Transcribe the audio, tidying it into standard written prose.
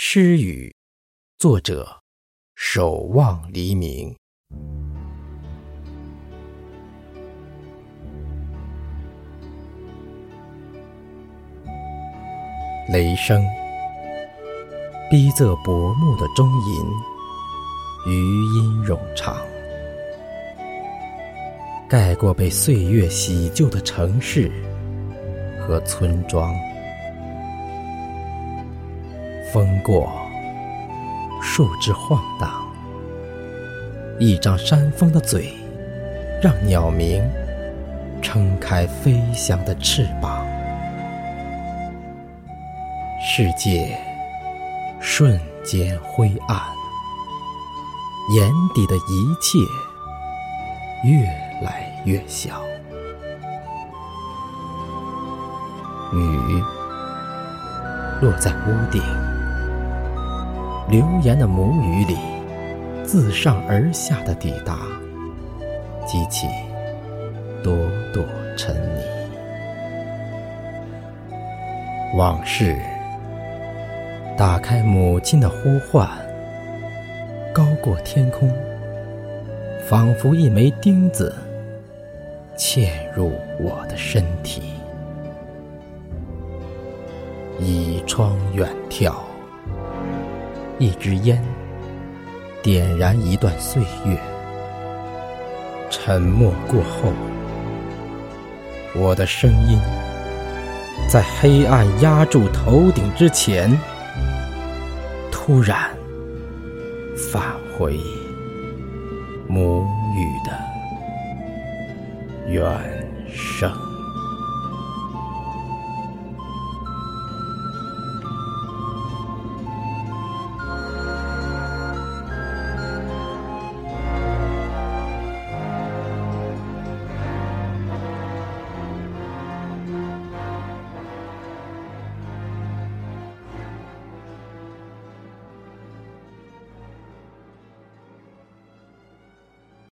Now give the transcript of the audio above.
诗语，作者守望黎明。雷声，逼仄薄暮的钟吟，余音冗长，盖过被岁月洗旧的城市和村庄。风过，树枝晃荡，一张山峰的嘴，让鸟鸣撑开飞翔的翅膀。世界瞬间灰暗，眼底的一切越来越小。雨落在屋顶，流言的母语里，自上而下的抵达，激起朵朵沉泥。往事打开母亲的呼唤，高过天空，仿佛一枚钉子嵌入我的身体。倚窗远眺，一支烟点燃一段岁月。沉默过后，我的声音在黑暗压住头顶之前，突然返回母语的原声。